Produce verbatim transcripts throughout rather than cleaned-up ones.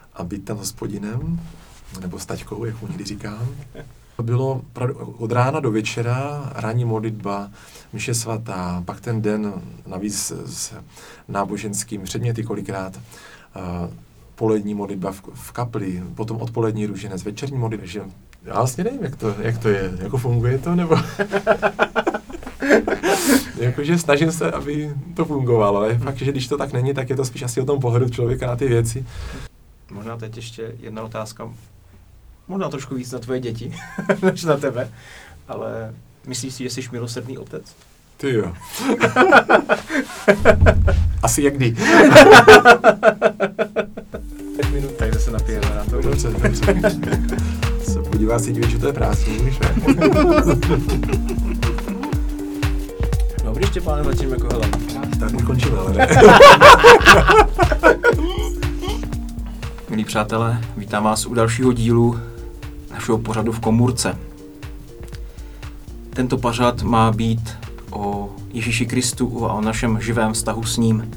a být tam Hospodinem, nebo s taťkou, jak mu někdy říkám. To bylo od rána do večera, ranní modlitba, mše svatá, pak ten den navíc s náboženským předměty kolikrát, polední modlitba v, v kapli, potom odpolední růženec, večerní modlitba, že já vlastně nevím, jak to, jak to je, jako funguje to, nebo... Jakože snažím se, aby to fungovalo, ale fakt, že když to tak není, tak je to spíš asi o tom pohledu člověka na ty věci. Možná teď ještě jedna otázka, možná trošku víc na tvoje děti, než na tebe, ale myslíš si, že jsi milosrdný otec? Ty jo. Asi jak kdy. Pět minut, takže se napijeme na to. Dobře, dobře. Se podívá si divit, že to je prázdný, víš, ne? Dobrý, Štěpáne, začneme jako hele. Tak my končíme, ale ne. Milí přátelé, vítám vás u dalšího dílu našeho pořadu v komůrce. Tento pořad má být o Ježíši Kristu a o našem živém vztahu s ním.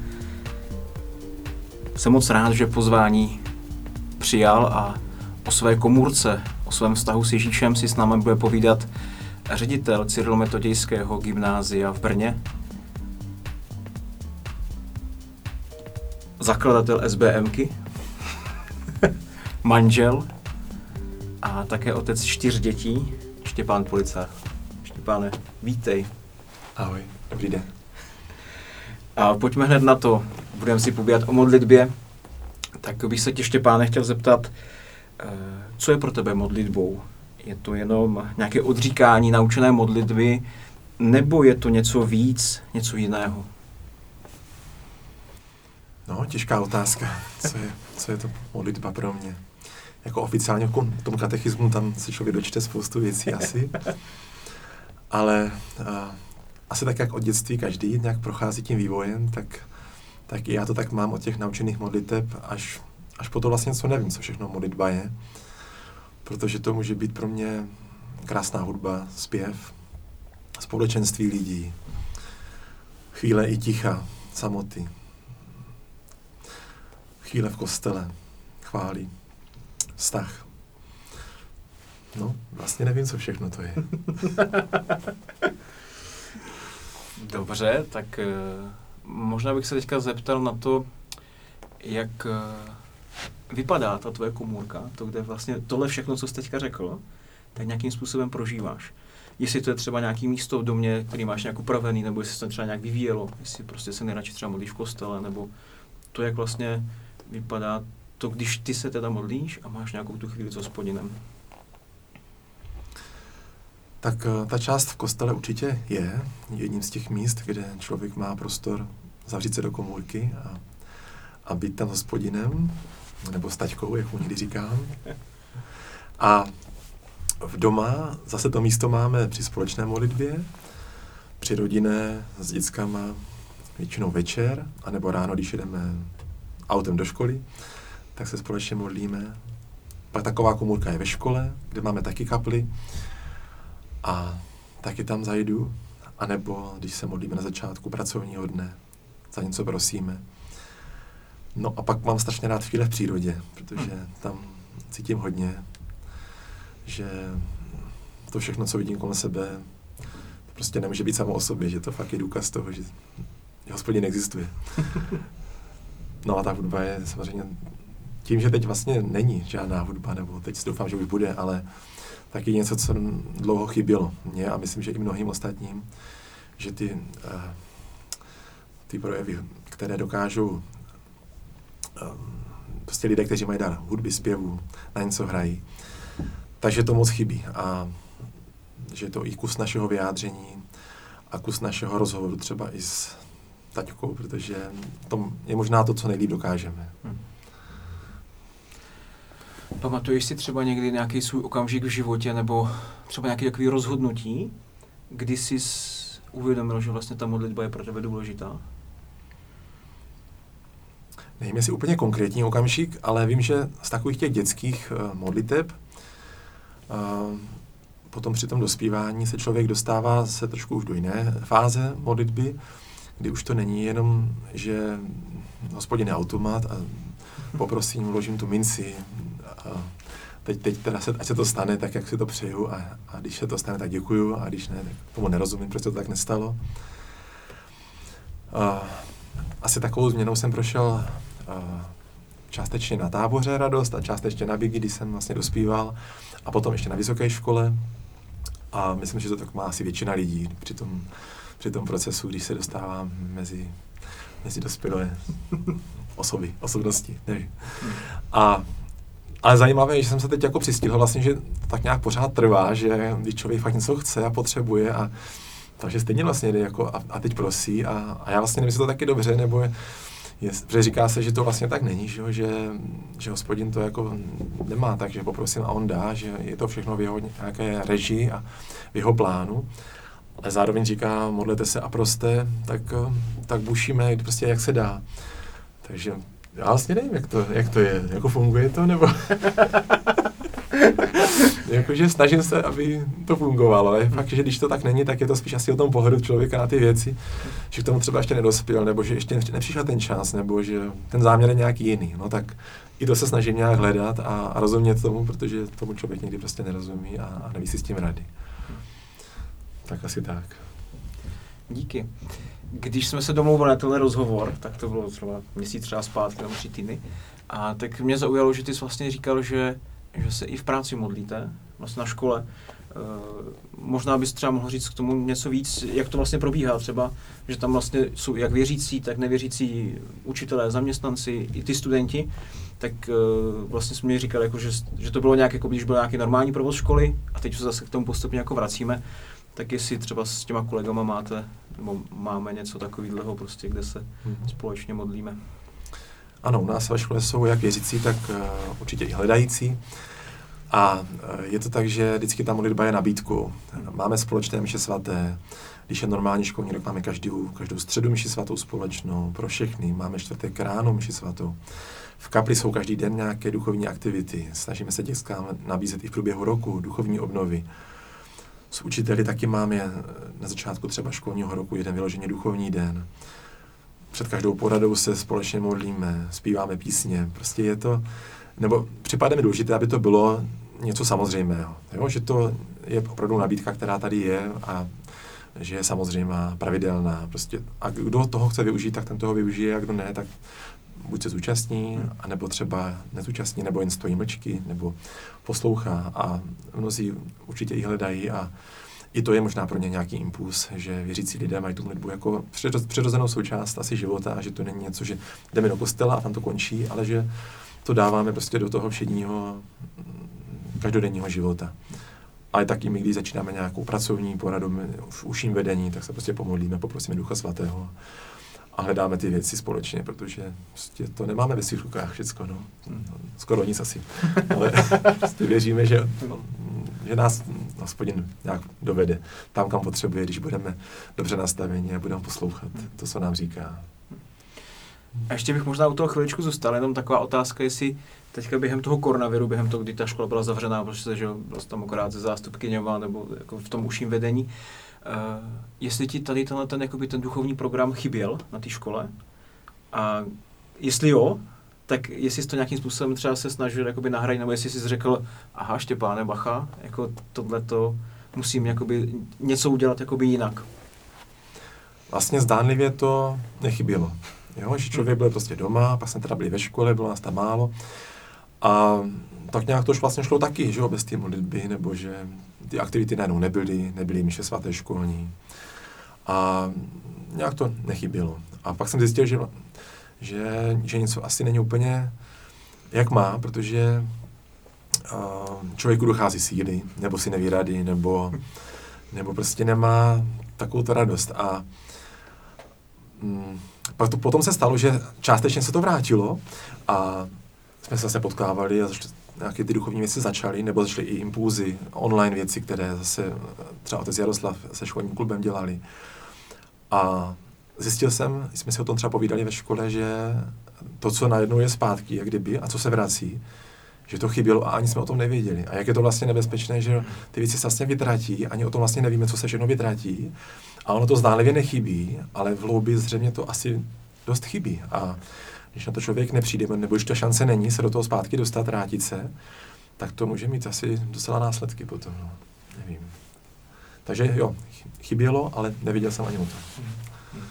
Jsem moc rád, že pozvání přijal a o své komůrce, o svém vztahu s Ježíšem si s námi bude povídat ředitel Cyrilometodějského gymnázia v Brně, zakladatel SBMky, manžel a také otec čtyř dětí, Štěpán Policar. Štěpáne, vítej. Ahoj, dobrý den. A pojďme hned na to. Budeme si povídat o modlitbě. Tak bych se tě, Štěpáne, chtěl zeptat, co je pro tebe modlitbou? Je to jenom nějaké odříkání naučené modlitby, nebo je to něco víc, něco jiného? No, těžká otázka. Co je, co je to modlitba pro mě? Jako oficiálně v tom katechismu tam se člověk dočte spoustu věcí asi. Ale uh, asi tak, jak od dětství každý nějak prochází tím vývojem, tak, tak i já to tak mám od těch naučených modliteb, až, až po to vlastně, co nevím, co všechno modlitba je. Protože to může být pro mě krásná hudba, zpěv, společenství lidí, chvíle i ticha, samoty, chvíle v kostele, chválí, vztah. No, vlastně nevím, co všechno to je. Dobře, tak uh, možná bych se teďka zeptal na to, jak uh, vypadá ta tvoje komůrka, to, kde vlastně tohle všechno, co jsi teďka řekl, tak nějakým způsobem prožíváš. Jestli to je třeba nějaký místo v domě, který máš nějak upravený, nebo jestli se to třeba nějak vyvíjelo, jestli prostě se nejradši třeba modlíš v kostele, nebo to, jak vlastně vypadá to, když ty se teda modlíš a máš nějakou tu chvíli s Hospodinem. Tak ta část v kostele určitě je jedním z těch míst, kde člověk má prostor zavřít se do komůrky a, a být tam Hospodinem, nebo s taťkou, jak mu někdy říkám. A v doma zase to místo máme při společné modlitbě, při rodinné s dětskama většinou večer, anebo ráno, když jedeme autem do školy, tak se společně modlíme. Pak taková komůrka je ve škole, kde máme taky kapli a taky tam zajdu, anebo když se modlíme na začátku pracovního dne, za něco prosíme. No a pak mám strašně rád chvíle v přírodě, protože tam cítím hodně, že to všechno, co vidím kolem sebe, to prostě nemůže být samo o sobě, že to fakt je důkaz toho, že Hospodin existuje. No a ta hudba je samozřejmě tím, že teď vlastně není žádná hudba, nebo teď doufám, že už bude, ale taky něco, co dlouho chybělo mně a myslím, že i mnohým ostatním, že ty, uh, ty projevy, které dokážou um, prostě lidé, kteří mají dar hudby, zpěvu, na něco hrají, takže to moc chybí a že je to i kus našeho vyjádření a kus našeho rozhovoru třeba i s taťkou, protože to je možná to, co nejlíp dokážeme. Hmm. Pamatuješ si třeba někdy nějaký svůj okamžik v životě nebo třeba nějaké takové rozhodnutí, kdy jsi uvědomil, že vlastně ta modlitba je pro tebe důležitá? Nevím, jestli úplně konkrétní okamžik, ale vím, že z takových těch dětských uh, modliteb uh, potom při tom dospívání se člověk dostává se trošku už do jiné fáze modlitby, kdy už to není jenom, že Hospodin je automat a poprosím, vložím tu minci a teď, teď teda se, ať se to stane tak, jak si to přeju a, a když se to stane, tak děkuju a když ne, tak tomu nerozumím, proč to tak nestalo. A, asi takovou změnou jsem prošel a, částečně na táboře Radost a částečně na Bigi, když jsem vlastně dospíval a potom ještě na vysoké škole a myslím, že to tak má asi většina lidí při tom, při tom procesu, když se dostává mezi, mezi dospělé osoby, osobnosti. Nevím. A ale zajímavé je, že jsem se teď jako přistihl vlastně, že tak nějak pořád trvá, že když člověk fakt něco chce a potřebuje a takže stejně vlastně jde jako a, a teď prosí a, a já vlastně nevím, jestli to taky dobře, nebo je, je, protože říká se, že to vlastně tak není, že, že, že Hospodin to jako nemá tak, že poprosím a on dá, že je to všechno v jeho nějaké režii a v jeho plánu. Ale zároveň říká, modlete se a proste, tak, tak bušíme prostě jak se dá. Takže já vlastně nevím, jak to, jak to je, jako funguje to, nebo jakože snažím se, aby to fungovalo, ale fakt, že když to tak není, tak je to spíš asi o tom pohledu člověka na ty věci, že k tomu třeba ještě nedospěl, nebo že ještě nepřišel ten čas, nebo že ten záměr je nějaký jiný, no tak i to se snažím nějak hledat a, a rozumět tomu, protože tomu člověk někdy prostě nerozumí a, a neví si s tím rady. Tak asi tak. Díky. Když jsme se domlouvali na tenhle rozhovor, tak to bylo třeba měsíc třeba zpátky, nebo tři týdny, a tak mě zaujalo, že ty jsi vlastně říkal, že, že se i v práci modlíte, vlastně na škole. E, možná bys třeba mohl říct k tomu něco víc, jak to vlastně probíhá třeba, že tam vlastně jsou jak věřící, tak nevěřící učitelé, zaměstnanci, i ty studenti, tak e, vlastně jsme mi říkali, jako, že, že to bylo nějak, jako když byl nějaký normální provoz školy a teď se zase k tomu postupně jako vracíme. Tak jestli třeba s těma kolegama máte, nebo máme něco takového, prostě, kde se mm-hmm. společně modlíme. Ano, u nás ve škole jsou jak věřící, tak uh, určitě i hledající. A uh, je to tak, že vždycky ta modlitba je nabídkou. Máme společné mše svaté. Když je normální školní rok, máme každou, každou středu mši svatou společnou pro všechny. Máme čtvrtek ráno mši svatou. V kapli jsou každý den nějaké duchovní aktivity. Snažíme se dětskám nabízet i v průběhu roku duchovní obnovy. S učiteli taky máme na začátku třeba školního roku jeden vyloženě duchovní den. Před každou poradou se společně modlíme, zpíváme písně. Prostě je to, nebo připadá mi důležité, aby to bylo něco samozřejmého. Jo? Že to je opravdu nabídka, která tady je a že je samozřejmá, pravidelná. Prostě. A kdo toho chce využít, tak ten toho využije, a kdo ne, tak buď se zúčastní, anebo třeba nezúčastní, nebo jen stojí mlčky, nebo poslouchá a mnozí určitě i hledají a i to je možná pro ně nějaký impuls, že věřící lidé mají tu modlitbu jako přirozenou součást asi života a že to není něco, že jdeme do kostela a tam to končí, ale že to dáváme prostě do toho všedního každodenního života. Ale taky my, když začínáme nějakou pracovní poradu v užším vedení, tak se prostě pomodlíme, poprosíme Ducha Svatého a hledáme ty věci společně, protože prostě to nemáme ve svých rukách všecko, no. Skoro nic asi. Ale prostě věříme, že, že nás Hospodin nějak dovede tam, kam potřebuje, když budeme dobře nastaveni a budeme poslouchat to, co nám říká. A ještě bych možná u toho chviličku zůstal, jenom taková otázka, jestli teďka během toho koronaviru, během toho, kdy ta škola byla zavřená, protože že byla tam akorát ze zástupkyněma nebo jako v tom užším vedení, Uh, jestli ti tady tenhle ten, jakoby ten duchovní program chyběl na té škole a jestli jo, tak jestli jsi to nějakým způsobem třeba se snažil jakoby nahradit, nebo jestli jsi řekl, aha, Štěpáne, bacha, jako tohleto musím jakoby něco udělat jakoby jinak. Vlastně zdánlivě to nechybělo. Jo, že člověk byl prostě doma, pak jsme teda byli ve škole, bylo nás tam málo a tak nějak to už vlastně šlo taky, že jo, bez té modlitby, nebo že ty aktivity najednou nebyly, nebyly mše svaté školní. A nějak to nechybělo. A pak jsem zjistil, že, že, že něco asi není úplně jak má, protože uh, člověku dochází síly, nebo si neví rady, nebo, nebo prostě nemá takovou radost. A um, pak to, potom se stalo, že částečně se to vrátilo a jsme se zase potkávali a zašli, nějaké ty duchovní věci začaly, nebo začaly i impulzy, online věci, které zase třeba otec Jaroslav se školním klubem dělali. A zjistil jsem, jsme si o tom třeba povídali ve škole, že to, co najednou je zpátky, jak kdyby, a co se vrací, že to chybělo a ani jsme o tom nevěděli. A jak je to vlastně nebezpečné, že ty věci se vlastně vytratí, ani o tom vlastně nevíme, co se všechno vytratí. A ono to zdánlivě nechybí, ale v hloubi zřejmě to asi dost chybí. A když na to člověk nepřijde, nebo když ta šance není se do toho zpátky dostat, vrátit se, tak to může mít asi docela následky potom, no. Nevím. Takže jo, chybělo, ale neviděl jsem ani o tom. Hmm. Hmm.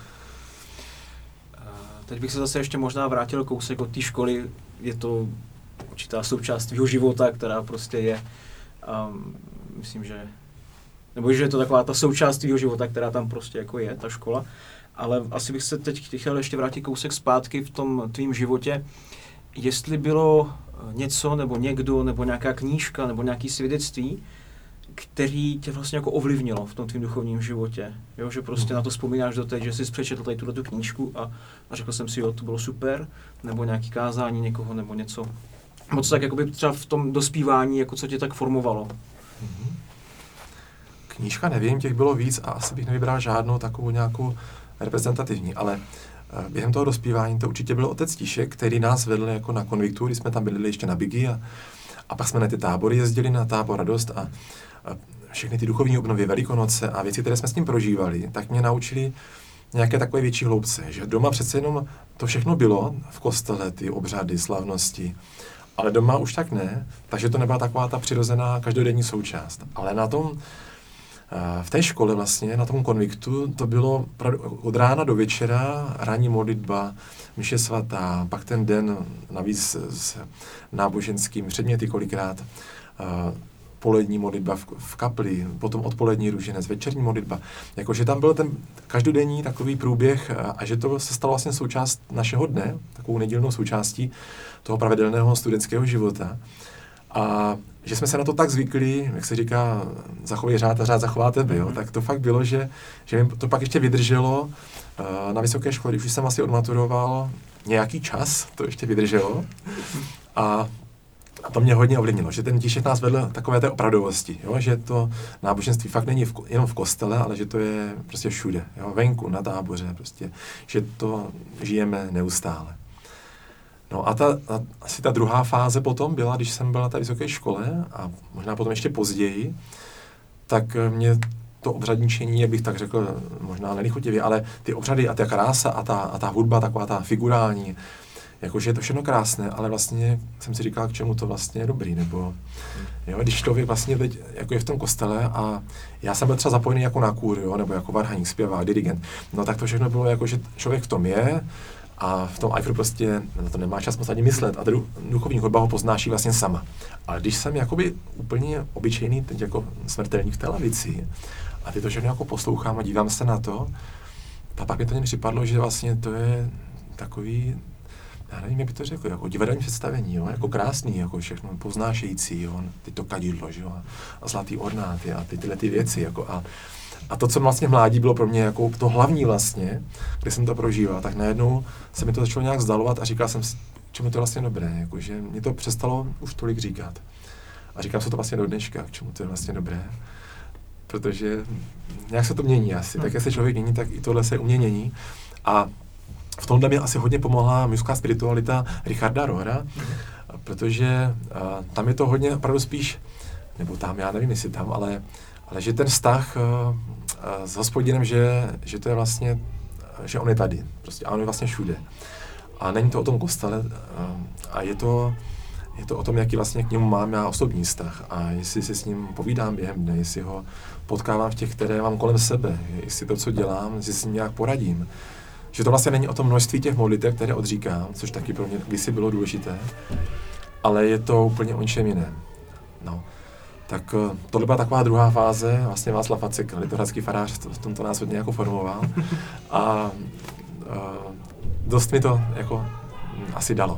Teď bych se zase ještě možná vrátil kousek od té školy. Je to určitá součást tvýho života, která prostě je, um, myslím, že, nebo že je to taková ta součást tvýho života, která tam prostě jako je, ta škola. Ale asi bych se teď chtěl ještě vrátit kousek zpátky v tom tvým životě. Jestli bylo něco, nebo někdo, nebo nějaká knížka, nebo nějaké svědectví, který tě vlastně jako ovlivnilo v tom tvým duchovním životě. Jo, že prostě na to vzpomínáš doteď, že jsi přečetl tady tuto knížku a, a řekl jsem si, jo, to bylo super, nebo nějaký kázání někoho, nebo něco. Moc tak jakoby třeba v tom dospívání, jako co tě tak formovalo. Mm-hmm. Knížka nevím, těch bylo víc a asi bych nevybral žádnou takovou nějakou reprezentativní, ale během toho dospívání to určitě byl otec Tíšek, který nás vedl jako na konviktu, když jsme tam bydleli ještě na Bigi a, a pak jsme na ty tábory jezdili, na tábor Radost a, a všechny ty duchovní obnovy, Velikonoce a věci, které jsme s tím prožívali, tak mě naučili nějaké takové větší hloubce, že doma přece jenom to všechno bylo v kostele, ty obřady, slavnosti, ale doma už tak ne, takže to nebyla taková ta přirozená každodenní součást. Ale na tom, v té škole vlastně, na tom konviktu, to bylo od rána do večera ranní modlitba, mše svatá, pak ten den navíc s náboženským předměty kolikrát, polední modlitba v, v kapli, potom odpolední růženec, večerní modlitba. Jakože tam byl ten každodenní takový průběh a, a že to se stalo vlastně součást našeho dne, takovou nedílnou součástí toho pravidelného studentského života. A že jsme se na to tak zvykli, jak se říká, zachovej řád a řád zachová tebe, jo? Tak to fakt bylo, že, že mi to pak ještě vydrželo uh, na vysoké škole, když už jsem asi odmaturoval nějaký čas, to ještě vydrželo. A A to mě hodně ovlivnilo, že ten Tíšek nás vedl takové té opravdovosti, jo? Že to náboženství fakt není v, jenom v kostele, ale že to je prostě všude, jo? Venku, na táboře, prostě, že to žijeme neustále. No a ta, a asi ta druhá fáze potom byla, když jsem byl na té vysoké škole a možná potom ještě později, tak mě to obřadničení, jak bych tak řekl, možná nelichotivě, ale ty obřady a ta krása a ta, a ta hudba, taková ta figurální, jakože je to všechno krásné, ale vlastně jsem si říkal, k čemu to vlastně je dobrý, nebo jo, když člověk vlastně teď jako je v tom kostele a já jsem byl třeba zapojený jako na kůr, jo, nebo jako varhaník, zpěvák, dirigent, no tak to všechno bylo jako, že člověk v tom je a v tom ajfru prostě na to nemá čas moc ani myslet a tu duchovní hudba ho poznáší vlastně sama. Ale když jsem jakoby úplně obyčejný, teď jako smrtelník v té lavici a ty to všechno jako poslouchám a dívám se na to, a pak mi to připadlo, že vlastně to je takový, já nevím, jak by to řekl, jako divadelní představení, jo, jako krásný, jako všechno poznášející, jo, teď to kadidlo, že jo, a zlatý ornáty a ty tyhle ty věci, jako a, a to, co vlastně v mládí bylo pro mě jako to hlavní vlastně, kde jsem to prožíval, tak najednou se mi to začalo nějak vzdalovat a říkal jsem si, čemu to je vlastně dobré, jako, že mě to přestalo už tolik říkat. A říkám se to vlastně do dneška, k čemu to je vlastně dobré, protože nějak se to mění asi, tak jak se člověk mění, tak i tohle se u mě mění a v tomhle mi asi hodně pomohla mužská spiritualita Richarda Rohra, protože uh, tam je to hodně opravdu spíš, nebo tam, já nevím, jestli tam, ale, ale že ten vztah uh, uh, s Hospodinem, že, že to je vlastně, uh, že on je tady, prostě, a on je vlastně všude. A není to o tom kostele, uh, a je to, je to o tom, jaký vlastně k němu mám já osobní vztah a jestli si s ním povídám během dne, jestli ho potkávám v těch, které mám kolem sebe, jestli to, co dělám, jestli s ním nějak poradím. Že to vlastně není o tom množství těch modlitev, které odříkám, což taky pro mě kdysi bylo důležité, ale je to úplně o něčem jiném. No. Tak tohle byla taková druhá fáze, vlastně Václav Vacek, litohradský farář, v tomto nás hodně jako formoval a, a dost mi to jako asi dalo.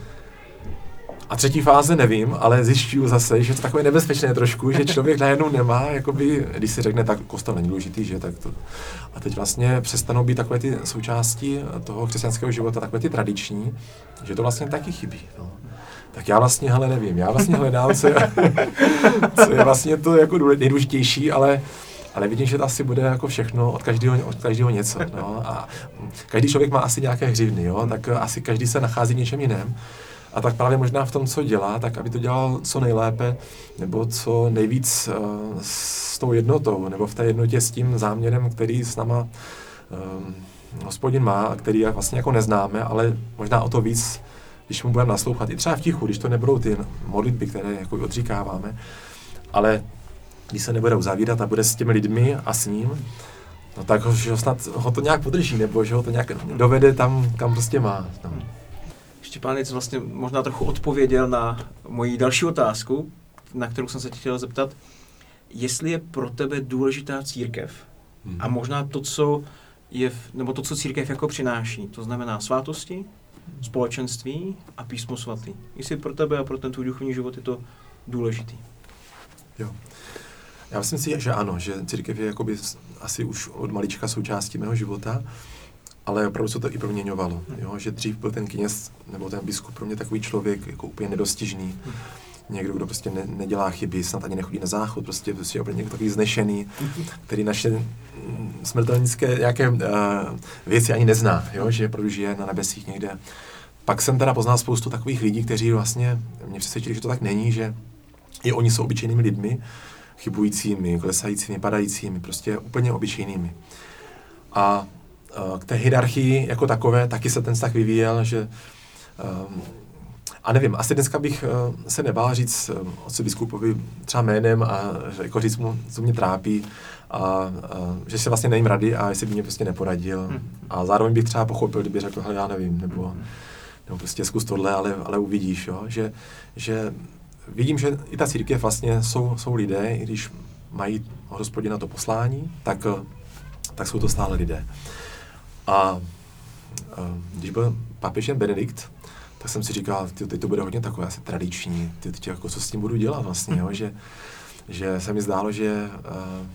A třetí fáze nevím, ale zjišťuju zase, že to takové nebezpečné trošku, že člověk najednou nemá, jakoby, když si řekne, tak kostel není důležitý, že tak to. A teď vlastně přestanou být takové ty součásti toho křesťanského života, takové ty tradiční, že to vlastně taky chybí. No. Tak já vlastně, hele, nevím, já vlastně hledám, co je, co je vlastně to jako nejdůležitější, ale ale vidím, že to asi bude jako všechno, od každého, od každého něco. No. A každý člověk má asi nějaké hřivny, jo? Tak asi každý se nachází v něčem jiném. A tak právě možná v tom, co dělá, tak aby to dělal co nejlépe, nebo co nejvíc uh, s tou jednotou, nebo v té jednotě s tím záměrem, který s náma uh, Hospodin má a který vlastně jako neznáme, ale možná o to víc, když mu budeme naslouchat, i třeba v tichu, když to nebudou ty modlitby, které jako odříkáváme, ale když se nebude uzavírat a bude s těmi lidmi a s ním, no tak ho, že ho snad ho to nějak podrží, nebo že ho to nějak dovede tam, kam prostě má. No. Štěpánec vlastně možná trochu odpověděl na moji další otázku, na kterou jsem se chtěl zeptat. Jestli je pro tebe důležitá církev hmm. a možná to, co je, nebo to, co církev jako přináší, to znamená svátosti, společenství a písmo svatý. Jestli pro tebe a pro ten tvůj duchovní život je to důležitý. Jo. Já myslím si, že ano, že církev je jakoby asi už od malička součástí mého života, ale opravdu se to i proměňovalo. Jo? Že dřív byl ten kněz nebo ten biskup pro mě takový člověk jako úplně nedostižný. Někdo, kdo prostě ne, nedělá chyby, snad ani nechodí na záchod, prostě, prostě opravdu někdo takový znešený, který naše smrtelnické nějaké uh, věci ani nezná, jo? Že opravdu žije na nebesích někde. Pak jsem teda poznal spoustu takových lidí, kteří vlastně mě přesvědčili, že to tak není, že i oni jsou obyčejnými lidmi, chybujícími, klesajícími, padajícími, prostě úplně obyčejnými. A uh, k té hierarchii jako takové taky se ten vztah vyvíjel, že um, a nevím, asi dneska bych uh, se nebál říct uh, otci biskupovi třeba jménem a jako říct mu, co mě trápí a uh, že si vlastně nejím rady a jestli by mě prostě neporadil. A zároveň bych třeba pochopil, kdyby řekl, hele, já nevím, nebo, nebo prostě zkus tohle, ale, ale uvidíš, jo? Že, že vidím, že i ta církev vlastně jsou, jsou lidé, i když mají od Hospodina to poslání, tak, tak jsou to stále lidé. A uh, když byl papežem Benedikt, tak jsem si říkal, ty, teď to bude hodně takové asi tradiční, ty, ty, jako, co s tím budu dělat vlastně, jo? Že, že se mi zdálo, že, uh,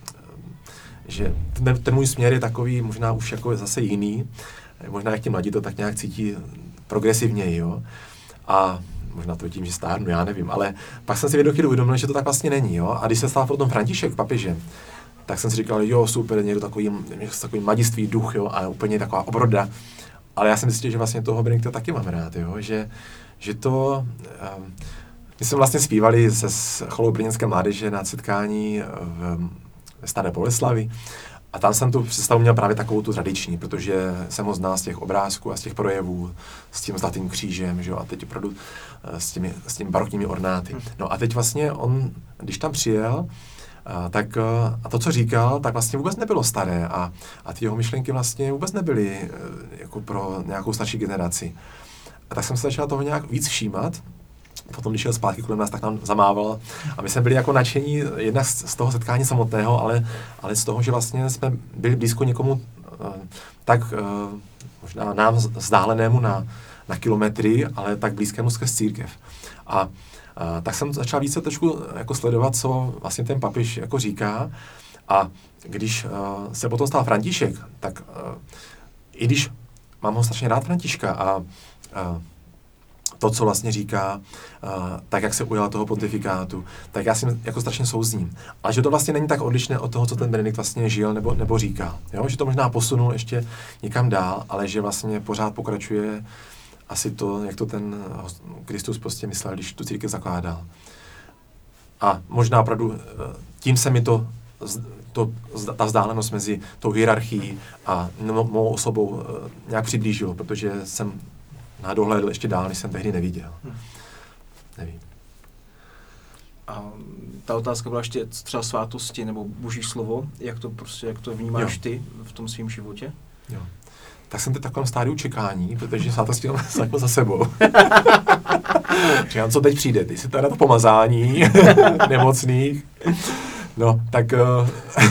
že ten, ten můj směr je takový možná už jako zase jiný, možná jak ti mladí to tak nějak cítí progresivněji, jo? A možná to tím, že stárnu, já nevím, ale pak jsem si v jednu chvíli uvědomil, že to tak vlastně není, jo? A když se stal potom František papežem, tak jsem si říkal, jo, super, někdo takový, takový mladistvý duch, jo, a úplně taková obroda. Ale já si myslím, že vlastně toho Benedikta taky mám rád, jo, že, že to... Um, my jsme vlastně zpívali se cholou brněnské mládeže na setkání v, ve Staré Boleslavi a tam jsem tu představu měl právě takovou tu tradiční, protože jsem ho znal z těch obrázků a z těch projevů, s tím zlatým křížem, že jo, a teď opravdu s těmi, s těmi barokními ornáty. No a teď vlastně on, když tam přijel, A, tak a to, co říkal, tak vlastně vůbec nebylo staré a, a ty jeho myšlenky vlastně vůbec nebyly jako pro nějakou starší generaci. A tak jsem se začal toho nějak víc všímat. Potom, když šel zpátky kolem nás, tak nám zamával a my jsme byli jako nadšení jednak z, z toho setkání samotného, ale, ale z toho, že vlastně jsme byli blízko někomu uh, tak uh, možná nám vzdálenému na, na kilometry, ale tak blízkému skrz církev. A Uh, tak jsem začal více trošku jako sledovat, co vlastně ten papež jako říká. A když uh, se potom stal František, tak uh, i když mám ho strašně rád Františka a uh, to, co vlastně říká, uh, tak jak se ujal toho pontifikátu, tak já si jako strašně souzním. Ale že to vlastně není tak odlišné od toho, co ten Benedikt vlastně žil nebo, nebo říkal. Jo? Že to možná posunul ještě někam dál, ale že vlastně pořád pokračuje asi to, jak to ten Kristus prostě myslel, když tu církev zakládal. A možná opravdu tím se mi to, to ta vzdálenost mezi tou hierarchií a mou osobou nějak přiblížilo, protože jsem na dohlédl ještě dál, než jsem tehdy neviděl. Hmm. Nevím. A ta otázka byla ještě třeba svátosti nebo Boží slovo, jak to prostě, jak to vnímáš jo. ty v tom svém životě? Jo. Tak jsem teď v takovém stádiu čekání, protože svátosti mám jako za sebou. Říkám, co teď přijde, ty si teda to pomazání nemocných. No, tak... Uh,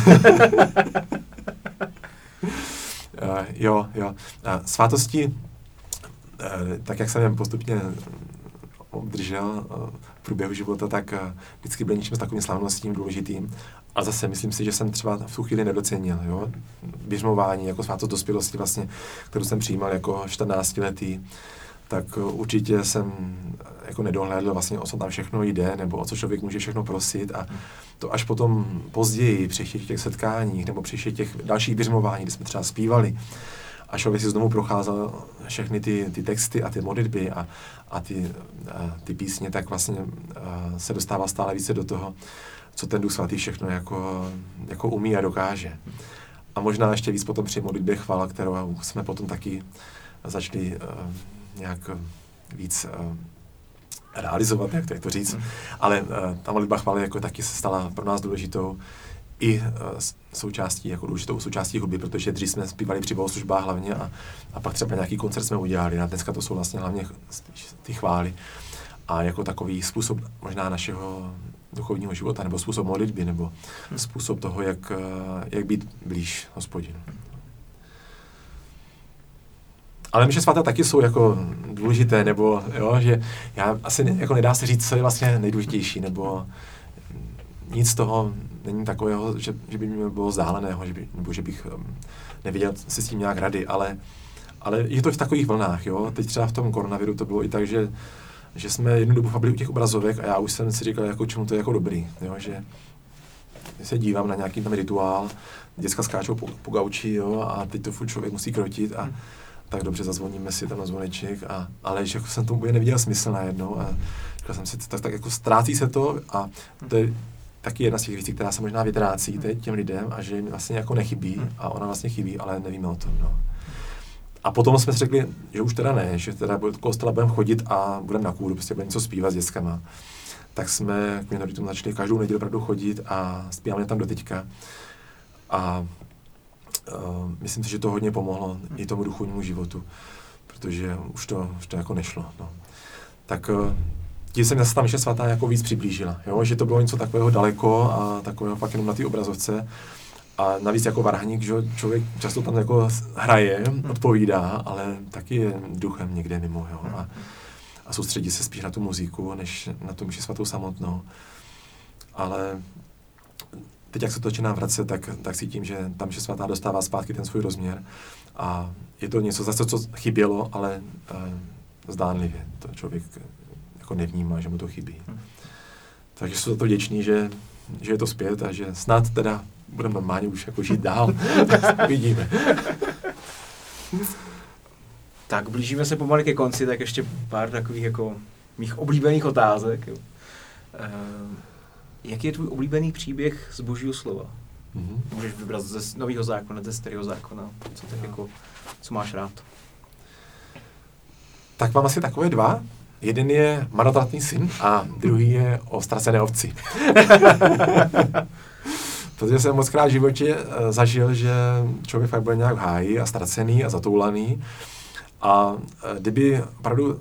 uh, jo, jo. Uh, svátosti, uh, tak jak jsem je postupně obdržel uh, v průběhu života, tak uh, vždycky byl něčím s takovým slavnostním, důležitým. A zase myslím si, že jsem třeba v tu chvíli nedocenil, jo. Běžmování, jako svátost dospělosti vlastně, kterou jsem přijímal jako čtrnáctiletý, tak určitě jsem jako nedohlédl vlastně, o co tam všechno jde, nebo o co člověk může všechno prosit a to až potom později, při těch setkáních, nebo při těch dalších běžmování, kdy jsme třeba zpívali, a člověk si znovu procházel všechny ty, ty texty a ty modlitby a, a, ty, a ty písně, tak vlastně se dostával stále více do toho, co ten Duch Svatý všechno jako, jako umí a dokáže. a možná ještě víc potom při modlitbě chvála, kterou jsme potom taky začali uh, nějak víc uh, realizovat, jak to, jak to říct. Ale uh, ta modlitba chvály jako taky se stala pro nás důležitou i uh, součástí, jako důležitou součástí hudby, protože dřív jsme zpívali při bohoslužbách hlavně a, a pak třeba nějaký koncert jsme udělali. A dneska to jsou vlastně hlavně ty chvály. A jako takový způsob možná našeho duchovního života, nebo způsob modlitby, nebo hmm. způsob toho, jak, jak být blíž Hospodinu. Ale mše svatá taky jsou jako důležité, nebo jo, že já asi jako nedá se říct, co je vlastně nejdůležitější, nebo nic z toho není takového, že, že by mi bylo vzdáleného, že by, nebo že bych nevěděl si s tím nějak rady, ale, ale je to v takových vlnách, jo. Teď třeba v tom koronaviru to bylo i tak, že že jsme jednu dobu byli u těch obrazovek a já už jsem si říkal, jako čemu to je jako dobrý, jo, že se dívám na nějaký tam rituál, děcka skáčou po, po gauči, jo, a teď to furt člověk musí krotit a tak dobře, zazvoníme si tam na zvoneček, a, ale že jsem tomu neviděl smysl najednou a říkal jsem si, tak, tak jako ztrácí se to a to je taky jedna z těch věcí, která se možná vytrácí teď těm lidem a že jim vlastně jako nechybí a ona vlastně chybí, ale nevíme o tom, no. A potom jsme si řekli, že už teda ne, že teda do kostela budeme chodit a budeme na kůru, prostě budeme něco zpívat s dětskama. Tak jsme k minoritům začali každou neděli opravdu chodit a zpíváme tam do teďka. A uh, myslím si, že to hodně pomohlo i tomu duchovnímu životu, protože už to, už to jako nešlo. No. Tak uh, tím se mi zase ta mše svatá jako víc přiblížila, jo? Že to bylo něco takového daleko a takového fakt jenom na té obrazovce. A navíc jako varhaník, že člověk často tam jako hraje, odpovídá, ale taky je duchem někde mimo, jo. A, a soustředí se spíš na tu muziku, než na tu mši svatou samotnou. Ale teď, jak se to začíná vracet, tak, tak cítím, že ta mše svatá dostává zpátky ten svůj rozměr. A je to něco zase, co chybělo, ale uh, zdánlivě to člověk jako nevnímá, že mu to chybí. Takže jsou za to vděční, že, že je to zpět a že snad teda budeme normálně už jako žít dál. Vidíme. Tak, blížíme se pomalu ke konci, tak ještě pár takových jako mých oblíbených otázek. Jo. E, jaký je tvůj oblíbený příběh z Božího slova? Mm-hmm. Můžeš vybrat ze Nového zákona, ze Starého zákona, co tak jako, co máš rád? Tak mám asi takové dva. Jeden je marnotratný syn a druhý je o ztracené ovci. Protože jsem moc krát v životě uh, zažil, že člověk fakt byl nějak v háji a ztracený a zatoulaný. A uh, kdyby opravdu uh,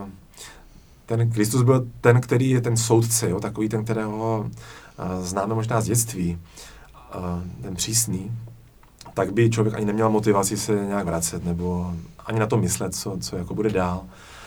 ten Kristus byl ten, který je ten soudce, jo, takový ten, kterého uh, známe možná z dětství, uh, ten přísný, tak by člověk ani neměl motivaci se nějak vracet nebo ani na to myslet, co, co jako bude dál.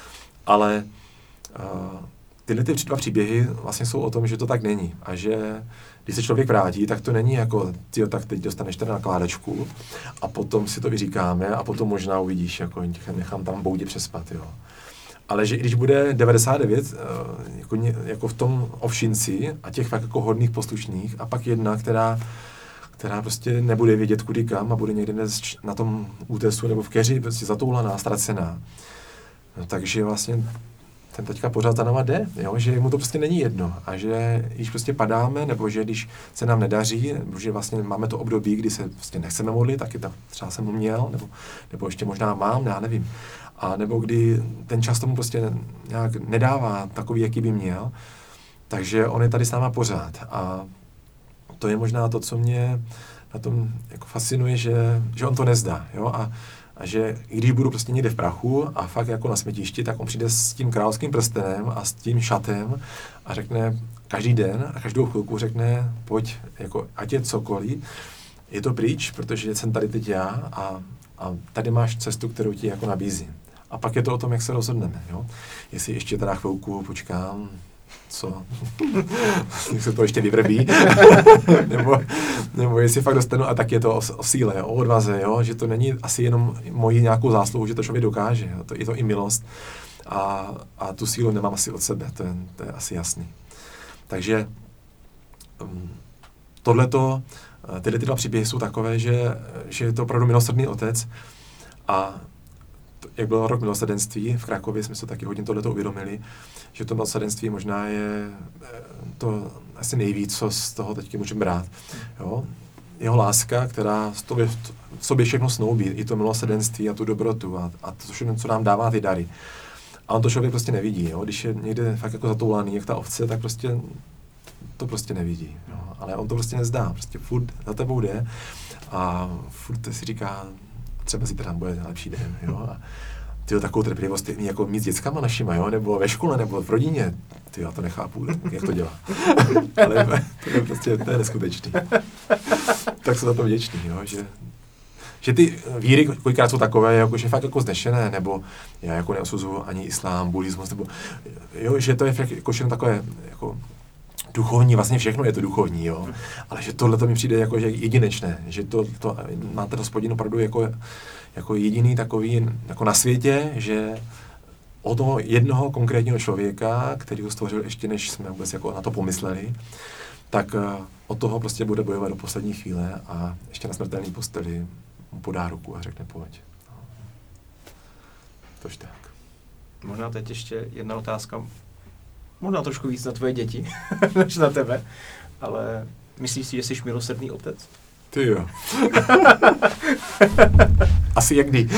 Ale uh, tyhle ty dva příběhy vlastně jsou o tom, že to tak není a že když se člověk vrátí, tak to není jako, tyjo, tak teď dostaneš ten nakládačku a potom si to vyříkáme a potom možná uvidíš, jako nechám tam boudě přespat, jo. Ale že i když bude devadesát devět jako, jako v tom ovšinci a těch fakt jako hodných poslušných a pak jedna, která, která prostě nebude vědět kudy kam a bude někde na tom útesu nebo v keři prostě zatoulaná, ztracená. No, takže vlastně ten teďka pořád za náma jde, jo? Že mu to prostě není jedno a že když prostě padáme, nebo že když se nám nedaří, nebo že vlastně máme to období, kdy se prostě nechceme modlit, taky tam třeba jsem ho měl, nebo, nebo ještě možná mám, já nevím. A nebo kdy ten čas tomu prostě nějak nedává takový, jaký by měl, takže on je tady s náma pořád. A to je možná to, co mě na tom jako fascinuje, že, že on to nezdá, jo? A A že i když budu prostě někde v prachu a fakt jako na smetišti, tak on přijde s tím královským prstenem a s tím šatem a řekne každý den a každou chvilku řekne, pojď, jako ať je cokoliv, je to pryč, protože jsem tady teď já a, a tady máš cestu, kterou ti jako nabízím. A pak je to o tom, jak se rozhodneme, jo. Jestli ještě teda chvilku počkám, co, jestli se to ještě vyvrbí, nebo, nebo jestli fakt dostanu, a tak je to o, o síle, o odvaze, jo? Že to není asi jenom moji nějakou zásluhu, že to člověk dokáže, jo? To, je to i milost a, a tu sílu nemám asi od sebe, to je, to je asi jasný. Takže um, tohleto, tyhle ty dva příběhy jsou takové, že, že je to opravdu milosrdný otec a jak byl rok milosrdenství, v Krakově jsme se taky hodně tohleto uvědomili, že to milosrdenství možná je to asi nejvíc, co z toho teď můžeme brát. Jo? jeho láska, která v sobě, v sobě všechno snoubí, i to milosrdenství a tu dobrotu a, a to všechno, co nám dává ty dary. A on to člověk prostě nevidí, jo? Když je někde fakt jako zatoulaný, jak ta ovce, tak prostě to prostě nevidí. Jo? Ale on to prostě nezdá, prostě furt za tebou jde a furt si říká, třeba si teda bude lepší den, jo? A tyjo, takovou trpělivost jako mít s dětskama našima, jo? Nebo ve škole, nebo v rodině, tyjo, já to nechápu, jak to dělá. Ale to je prostě, to je neskutečný. Tak jsem za to vděčný, jo? Že, že ty víry kolikrát jsou takové, jako, že fakt jako znešené, nebo já jako neosuzuju ani islám, buddhismus, nebo jo, že to je fakt jako všechno takové, jako duchovní, vlastně všechno je to duchovní, jo. Ale že tohle to mi přijde jako že jedinečné, že to, to má ten Hospodin opravdu jako, jako jediný takový jako na světě, že o toho jednoho konkrétního člověka, který ho stvořil ještě než jsme vůbec jako na to pomysleli, tak od toho prostě bude bojovat do poslední chvíle a ještě na smrtelný posteli mu podá ruku a řekne pojď. No. Tož tak. Možná teď ještě jedna otázka. Možná trošku víc na tvoje děti, než na tebe, ale myslíš si, že jsi milosrdný otec? Ty jo. Asi jak kdy.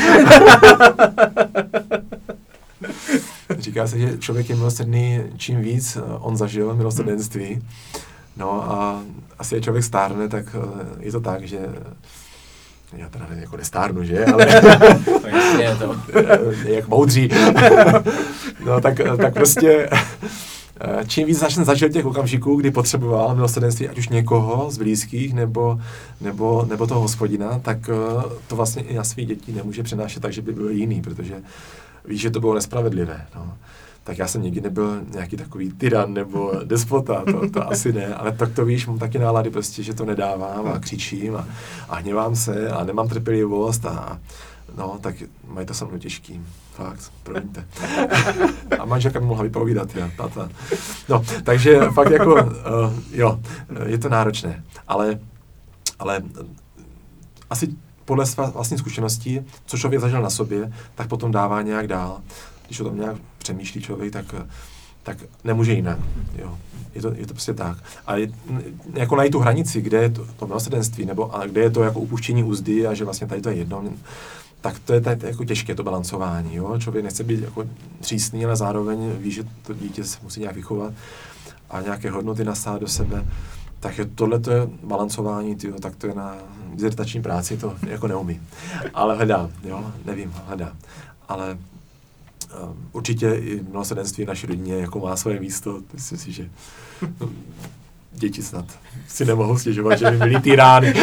Říká se, že člověk je milosrdný, čím víc on zažil milosrdenství. No a asi je člověk stárne, tak je to tak, že já teda nevím, jako nestárnu, že? Ale je to. Jak moudří. No tak, tak prostě čím víc začne zažil těch okamžiků, kdy potřeboval milosrdenství, ať už někoho z blízkých, nebo, nebo, nebo toho Hospodina, tak to vlastně i na svých dětí nemůže přenášet tak, že by byl jiný, protože víš, že to bylo nespravedlivé. No. Tak já jsem nikdy nebyl nějaký takový tyran nebo despota, to, to asi ne, ale tak to víš, mám taky nálady prostě, že to nedávám a křičím a, a hněvám se a nemám trpělivost a no, tak mají to se mnou těžký, fakt, promiňte. A manželka mi mohla vypovídat, já, tata. No, takže fakt jako, uh, jo, je to náročné, ale, ale asi podle své vlastní zkušeností, co člověk zažil na sobě, tak potom dává nějak dál. Když o tom nějak přemýšlí člověk, tak, tak nemůže jinak. Jo. Je, to, je to prostě tak. A je, jako najít tu hranici, kde je to, to milosrdenství, nebo a kde je to jako upuštění úzdy a že vlastně tady to je jedno, tak to je tady jako těžké to balancování. Jo. Člověk nechce být jako přísný, ale zároveň ví, že to dítě se musí nějak vychovat a nějaké hodnoty nasát do sebe. Takže tohle to je balancování, tyjo, tak to je na dizertační práci, to jako neumím. Ale hledám, jo, nevím, hledám. Ale um, určitě i milosrdenství v naší rodině jako má svoje místo, myslím si, že děti snad si nemohou stěžovat, že by byly ty rány.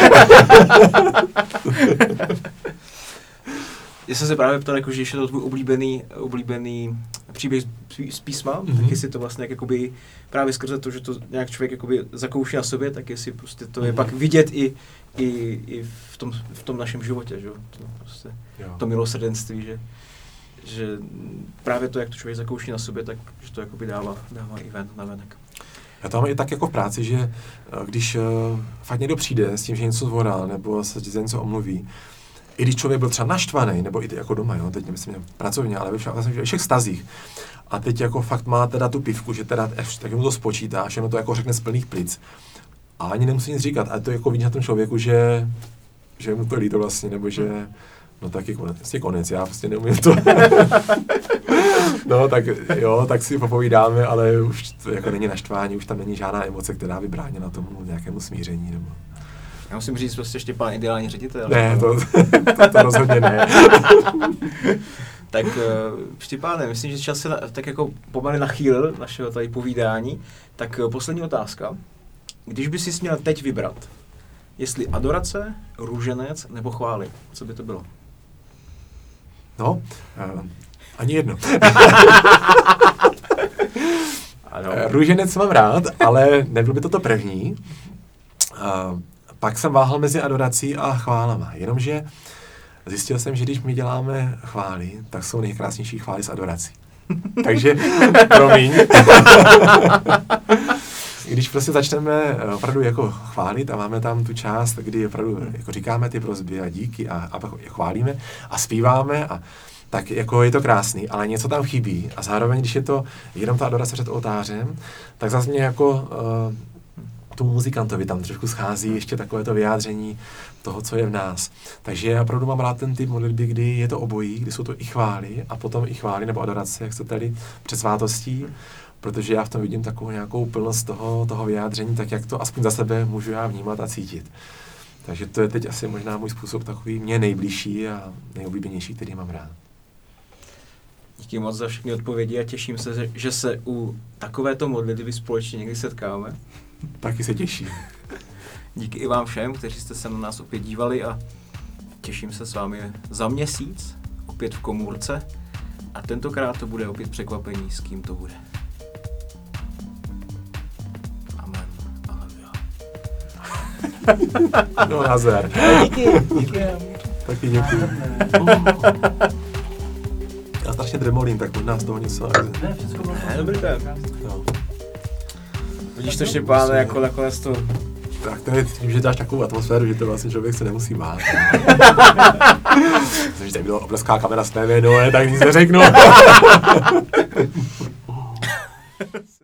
Já jsem se právě ptal, jako, že ještě to tvůj oblíbený, oblíbený příběh z písma, mm-hmm. tak jestli to vlastně jakoby, právě skrze to, že to nějak člověk jakoby zakouší na sobě, tak jestli prostě to je mm-hmm. pak vidět i, i, i v, tom, v tom našem životě, že? To, prostě, to milosrdenství, že, že právě to, jak to člověk zakouší na sobě, tak že to jakoby dává, dává i ven, na venek. Já to mám i tak jako v práci, že když uh, fakt někdo přijde s tím, že něco zvoral, nebo se za něco omluví, i když člověk byl třeba naštvaný, nebo i jako doma, jo, teď nemyslím pracovně, ale ve všech stazích. A teď jako fakt má teda tu pivku, že teda tak mu to spočítá, všechno to jako řekne z plných plic. A ani nemusí nic říkat, ale to jako vidí na tom člověku, že, že mu to líto vlastně, nebo že no tak je konec, vlastně konec, já prostě neumím to. No tak jo, tak si popovídáme, ale už to jako není naštvání, už tam není žádná emoce, která by bránila tomu nějakému smíření, nebo... Já musím říct, prostě Štěpán ideální ředitel. Ne, to, to, to rozhodně ne. Tak Štěpáne, myslím, že čas se na, tak jako pomalu nachýlil našeho tady povídání. Tak poslední otázka. Když bys si měl teď vybrat, jestli adorace, růženec nebo chvály, co by to bylo? No, uh, ani jedno. Ano. Růženec mám rád, ale nebyl by to to první. Uh, Pak jsem váhal mezi adorací a chválama, jenomže zjistil jsem, že když my děláme chvály, tak jsou nejkrásnější chvály s adorací. Takže, promiň. Když prostě začneme opravdu jako chválit a máme tam tu část, kdy opravdu jako říkáme ty prosby a díky a, a chválíme a zpíváme, a, tak jako je to krásný, ale něco tam chybí. A zároveň, když je to jenom ta adorace před oltářem, tak zase mě jako... Uh, tomu muzikantovi tam trošku schází ještě takové to vyjádření toho, co je v nás. Takže já opravdu mám rád ten typ modlitby, kdy je to obojí, kdy jsou to i chvály a potom i chvály nebo adorace, jak chcete-li, před svátostí, protože já v tom vidím takovou nějakou plnost toho, toho vyjádření, tak jak to aspoň za sebe můžu já vnímat a cítit. Takže to je teď asi možná můj způsob takový mě nejbližší a nejoblíbenější, který mám rád. Díky moc za všechny odpovědi a těším se, že se u takovéto modlitby společně někdy setkáme. Taky se těším. Díky i vám všem, kteří jste se na nás opět dívali a těším se s vámi za měsíc, opět v komůrce a tentokrát to bude opět překvapení, s kým to bude. Amen. Aleluja. No nazdar. Díky. Díky. Taky děkuji. Já strašně dremolím, tak možná z toho něco... Ne, všechno bylo dobrý tak. Vidíš to, Štěpáne, jako nakonec to... Tak to je tím, že dáš takovou atmosféru, že to vlastně člověk se nemusí bát. Když tady byla obrovská kamera s té videu, tak nic neřeknu.